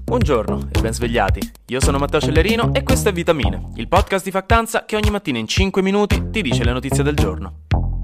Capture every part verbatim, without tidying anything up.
Buongiorno e ben svegliati. Io sono Matteo Cellerino e questo è Vitamine, il podcast di Factanza che ogni mattina in cinque minuti ti dice le notizie del giorno.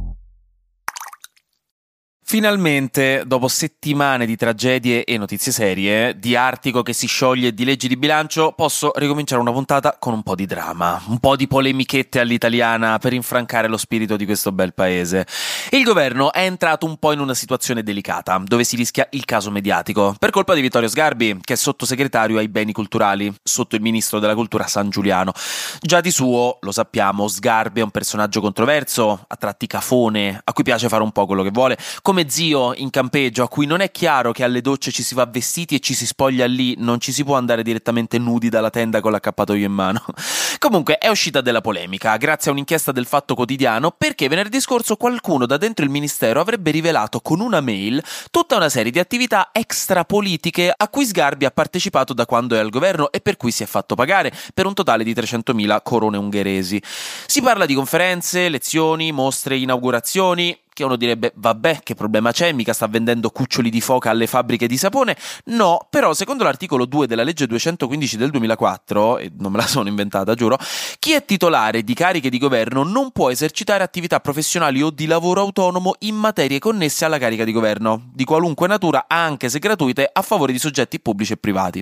Finalmente, dopo settimane di tragedie e notizie serie, di Artico che si scioglie e di leggi di bilancio, posso ricominciare una puntata con un po' di dramma, un po' di polemichette all'italiana per infrancare lo spirito di questo bel paese. Il governo è entrato un po' in una situazione delicata, dove si rischia il caso mediatico, per colpa di Vittorio Sgarbi, che è sottosegretario ai beni culturali, sotto il ministro della cultura Sangiuliano. Già di suo, lo sappiamo, Sgarbi è un personaggio controverso, a tratti cafone, a cui piace fare un po' quello che vuole, come zio in campeggio a cui non è chiaro che alle docce ci si va vestiti e ci si spoglia lì, non ci si può andare direttamente nudi dalla tenda con l'accappatoio in mano. Comunque è uscita della polemica grazie a un'inchiesta del Fatto Quotidiano, perché venerdì scorso qualcuno da dentro il ministero avrebbe rivelato con una mail tutta una serie di attività extrapolitiche a cui Sgarbi ha partecipato da quando è al governo e per cui si è fatto pagare per un totale di trecentomila corone ungheresi. Si parla di conferenze, lezioni, mostre, inaugurazioni, che uno direbbe, vabbè, che problema c'è, mica sta vendendo cuccioli di foca alle fabbriche di sapone? No, però secondo l'articolo due della legge duecentoquindici del duemilaquattro, e non me la sono inventata, giuro, chi è titolare di cariche di governo non può esercitare attività professionali o di lavoro autonomo in materie connesse alla carica di governo, di qualunque natura, anche se gratuite, a favore di soggetti pubblici e privati.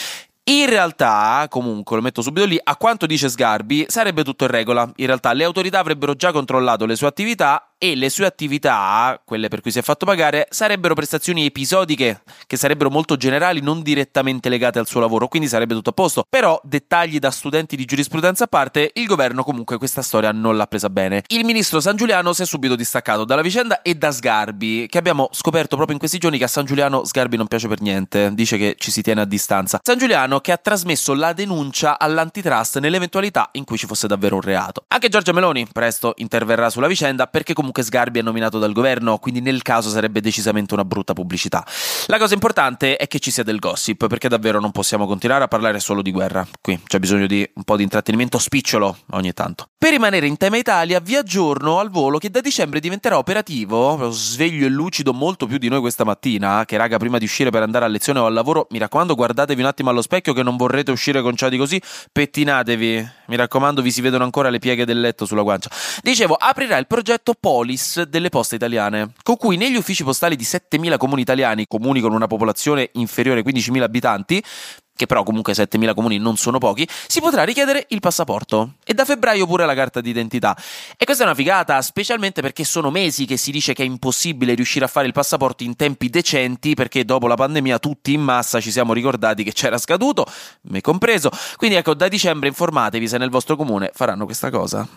In realtà, comunque, lo metto subito lì, a quanto dice Sgarbi, sarebbe tutto in regola. In realtà le autorità avrebbero già controllato le sue attività e le sue attività, quelle per cui si è fatto pagare, sarebbero prestazioni episodiche, che sarebbero molto generali, non direttamente legate al suo lavoro, quindi sarebbe tutto a posto. Però, dettagli da studenti di giurisprudenza a parte, il governo comunque questa storia non l'ha presa bene. Il ministro Sangiuliano si è subito distaccato dalla vicenda e da Sgarbi, che abbiamo scoperto proprio in questi giorni che a Sangiuliano Sgarbi non piace per niente, dice che ci si tiene a distanza. Sangiuliano che ha trasmesso la denuncia all'antitrust nell'eventualità in cui ci fosse davvero un reato. Anche Giorgia Meloni presto interverrà sulla vicenda, perché comunque Sgarbi è nominato dal governo, quindi nel caso sarebbe decisamente una brutta pubblicità. La cosa importante è che ci sia del gossip, perché davvero non possiamo continuare a parlare solo di guerra. Qui c'è bisogno di un po' di intrattenimento spicciolo ogni tanto. Per rimanere in tema Italia, vi aggiorno al volo che da dicembre diventerà operativo, sveglio e lucido molto più di noi questa mattina, che raga, prima di uscire per andare a lezione o al lavoro, mi raccomando, guardatevi un attimo allo specchio che non vorrete uscire conciati così, pettinatevi, mi raccomando, vi si vedono ancora le pieghe del letto sulla guancia. Dicevo, aprirà il progetto Polis delle poste italiane, con cui negli uffici postali di settemila comuni italiani, comuni con una popolazione inferiore ai quindicimila abitanti, che però comunque settemila comuni non sono pochi, si potrà richiedere il passaporto e da febbraio pure la carta d'identità. E questa è una figata, specialmente perché sono mesi che si dice che è impossibile riuscire a fare il passaporto in tempi decenti, perché dopo la pandemia tutti in massa ci siamo ricordati che c'era scaduto, me compreso. Quindi ecco, da dicembre informatevi se nel vostro comune faranno questa cosa.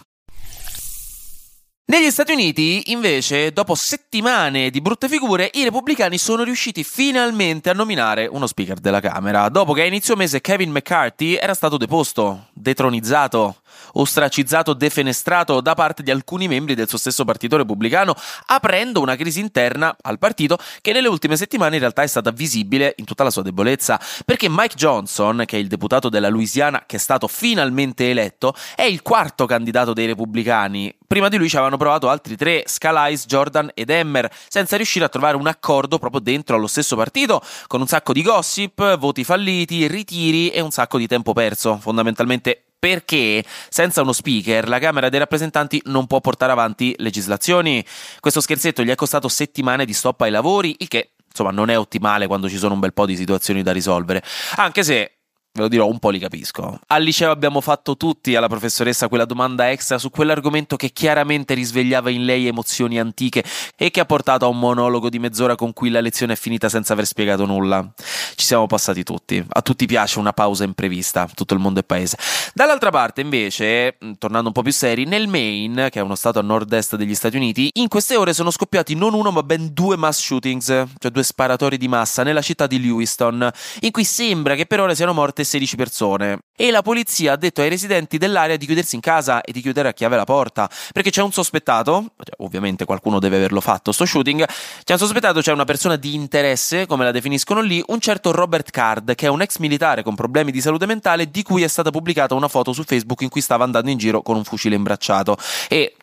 Negli Stati Uniti, invece, dopo settimane di brutte figure, i repubblicani sono riusciti finalmente a nominare uno speaker della Camera, dopo che a inizio mese Kevin McCarthy era stato deposto, detronizzato, ostracizzato, defenestrato da parte di alcuni membri del suo stesso partito repubblicano, aprendo una crisi interna al partito che nelle ultime settimane in realtà è stata visibile in tutta la sua debolezza, perché Mike Johnson, che è il deputato della Louisiana che è stato finalmente eletto, è il quarto candidato dei repubblicani. Prima di lui ci avevano provato altri tre, Scalise, Jordan ed Emmer, senza riuscire a trovare un accordo proprio dentro allo stesso partito, con un sacco di gossip, voti falliti, ritiri e un sacco di tempo perso, fondamentalmente perché senza uno speaker la Camera dei rappresentanti non può portare avanti legislazioni. Questo scherzetto gli è costato settimane di stop ai lavori, il che insomma non è ottimale quando ci sono un bel po' di situazioni da risolvere, anche se ve lo dirò, un po' li capisco. Al liceo abbiamo fatto tutti alla professoressa quella domanda extra su quell'argomento che chiaramente risvegliava in lei emozioni antiche e che ha portato a un monologo di mezz'ora con cui la lezione è finita senza aver spiegato nulla. Ci siamo passati tutti, a tutti piace una pausa imprevista, tutto il mondo è paese. Dall'altra parte invece, tornando un po' più seri, nel Maine, che è uno stato a nord-est degli Stati Uniti, in queste ore sono scoppiati non uno ma ben due mass shootings, cioè due sparatori di massa nella città di Lewiston, in cui sembra che per ora siano morte sedici persone, e la polizia ha detto ai residenti dell'area di chiudersi in casa e di chiudere a chiave la porta, perché c'è un sospettato, cioè, ovviamente qualcuno deve averlo fatto sto shooting, c'è un sospettato, c'è una persona di interesse, come la definiscono lì, un certo Robert Card, che è un ex militare con problemi di salute mentale, di cui è stata pubblicata una foto su Facebook in cui stava andando in giro con un fucile imbracciato, e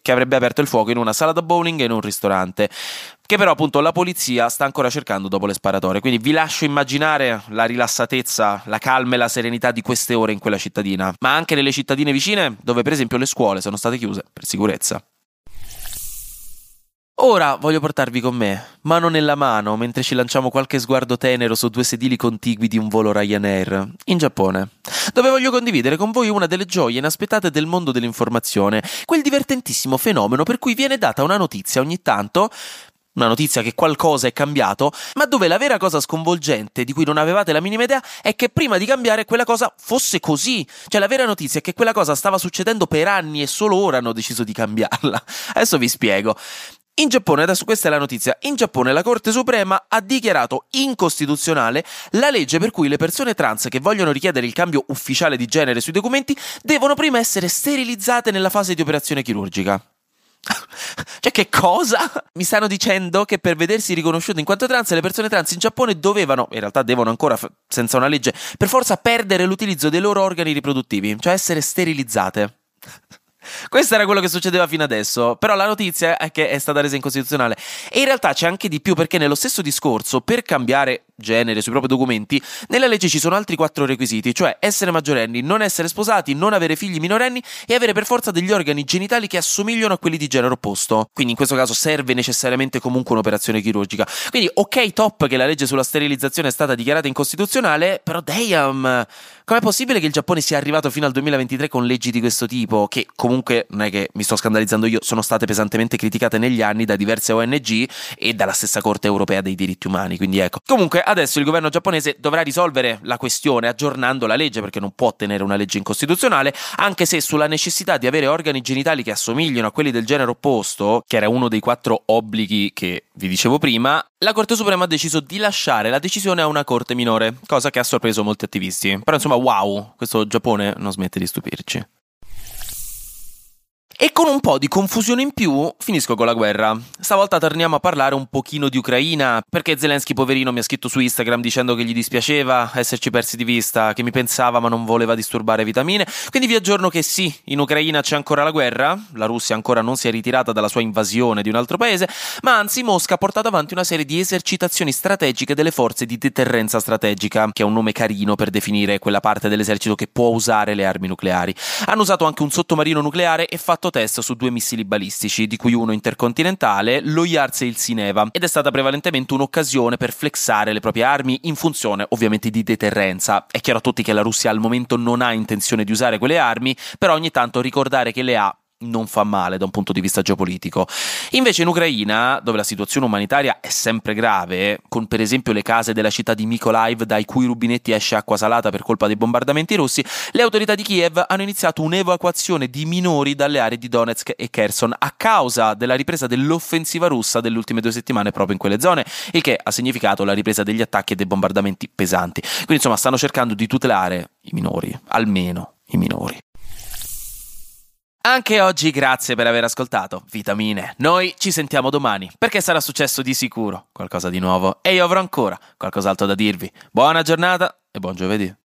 che avrebbe aperto il fuoco in una sala da bowling e in un ristorante, che però appunto la polizia sta ancora cercando dopo le sparatorie. Quindi vi lascio immaginare la rilassatezza, la calma e la serenità di queste ore in quella cittadina, ma anche nelle cittadine vicine dove per esempio le scuole sono state chiuse per sicurezza. Ora voglio portarvi con me, mano nella mano, mentre ci lanciamo qualche sguardo tenero su due sedili contigui di un volo Ryanair, in Giappone, dove voglio condividere con voi una delle gioie inaspettate del mondo dell'informazione, quel divertentissimo fenomeno per cui viene data una notizia ogni tanto, una notizia che qualcosa è cambiato, ma dove la vera cosa sconvolgente di cui non avevate la minima idea è che prima di cambiare quella cosa fosse così. Cioè la vera notizia è che quella cosa stava succedendo per anni e solo ora hanno deciso di cambiarla. Adesso vi spiego. In Giappone, adesso questa è la notizia, in Giappone la Corte Suprema ha dichiarato incostituzionale la legge per cui le persone trans che vogliono richiedere il cambio ufficiale di genere sui documenti devono prima essere sterilizzate nella fase di operazione chirurgica. Cioè che cosa? Mi stanno dicendo che per vedersi riconosciute in quanto trans le persone trans in Giappone dovevano, in realtà devono ancora senza una legge, per forza perdere l'utilizzo dei loro organi riproduttivi, cioè essere sterilizzate. Questo era quello che succedeva fino adesso, però la notizia è che è stata resa incostituzionale. E in realtà c'è anche di più, perché nello stesso discorso, per cambiare genere sui propri documenti, nella legge ci sono altri quattro requisiti, cioè essere maggiorenni, non essere sposati, non avere figli minorenni e avere per forza degli organi genitali che assomigliano a quelli di genere opposto. Quindi in questo caso serve necessariamente comunque un'operazione chirurgica. Quindi ok, top che la legge sulla sterilizzazione è stata dichiarata incostituzionale, però damn, com'è possibile che il Giappone sia arrivato fino al duemilaventitré con leggi di questo tipo, che comunque, non è che mi sto scandalizzando io, sono state pesantemente criticate negli anni da diverse O N G e dalla stessa Corte Europea dei Diritti Umani, quindi ecco. Comunque adesso il governo giapponese dovrà risolvere la questione aggiornando la legge, perché non può tenere una legge incostituzionale, anche se sulla necessità di avere organi genitali che assomiglino a quelli del genere opposto, che era uno dei quattro obblighi che vi dicevo prima, la Corte Suprema ha deciso di lasciare la decisione a una corte minore, cosa che ha sorpreso molti attivisti. Però insomma, wow, questo Giappone non smette di stupirci. E con un po' di confusione in più finisco con la guerra. Stavolta torniamo a parlare un pochino di Ucraina, perché Zelensky poverino mi ha scritto su Instagram dicendo che gli dispiaceva esserci persi di vista, che mi pensava ma non voleva disturbare Vitamine. Quindi vi aggiorno che sì, in Ucraina c'è ancora la guerra, la Russia ancora non si è ritirata dalla sua invasione di un altro paese, ma anzi Mosca ha portato avanti una serie di esercitazioni strategiche delle forze di deterrenza strategica, che è un nome carino per definire quella parte dell'esercito che può usare le armi nucleari. Hanno usato anche un sottomarino nucleare e fatto test su due missili balistici, di cui uno intercontinentale, lo Yars e il Sineva, ed è stata prevalentemente un'occasione per flexare le proprie armi in funzione ovviamente di deterrenza. È chiaro a tutti che la Russia al momento non ha intenzione di usare quelle armi, però ogni tanto ricordare che le ha non fa male da un punto di vista geopolitico. Invece in Ucraina, dove la situazione umanitaria è sempre grave, con per esempio le case della città di Mykolaiv dai cui rubinetti esce acqua salata per colpa dei bombardamenti russi, le autorità di Kiev hanno iniziato un'evacuazione di minori dalle aree di Donetsk e Kherson a causa della ripresa dell'offensiva russa delle ultime due settimane proprio in quelle zone, il che ha significato la ripresa degli attacchi e dei bombardamenti pesanti. Quindi insomma stanno cercando di tutelare i minori, almeno i minori. Anche oggi grazie per aver ascoltato Vitamine. Noi ci sentiamo domani, perché sarà successo di sicuro qualcosa di nuovo e io avrò ancora qualcos'altro da dirvi. Buona giornata e buon giovedì.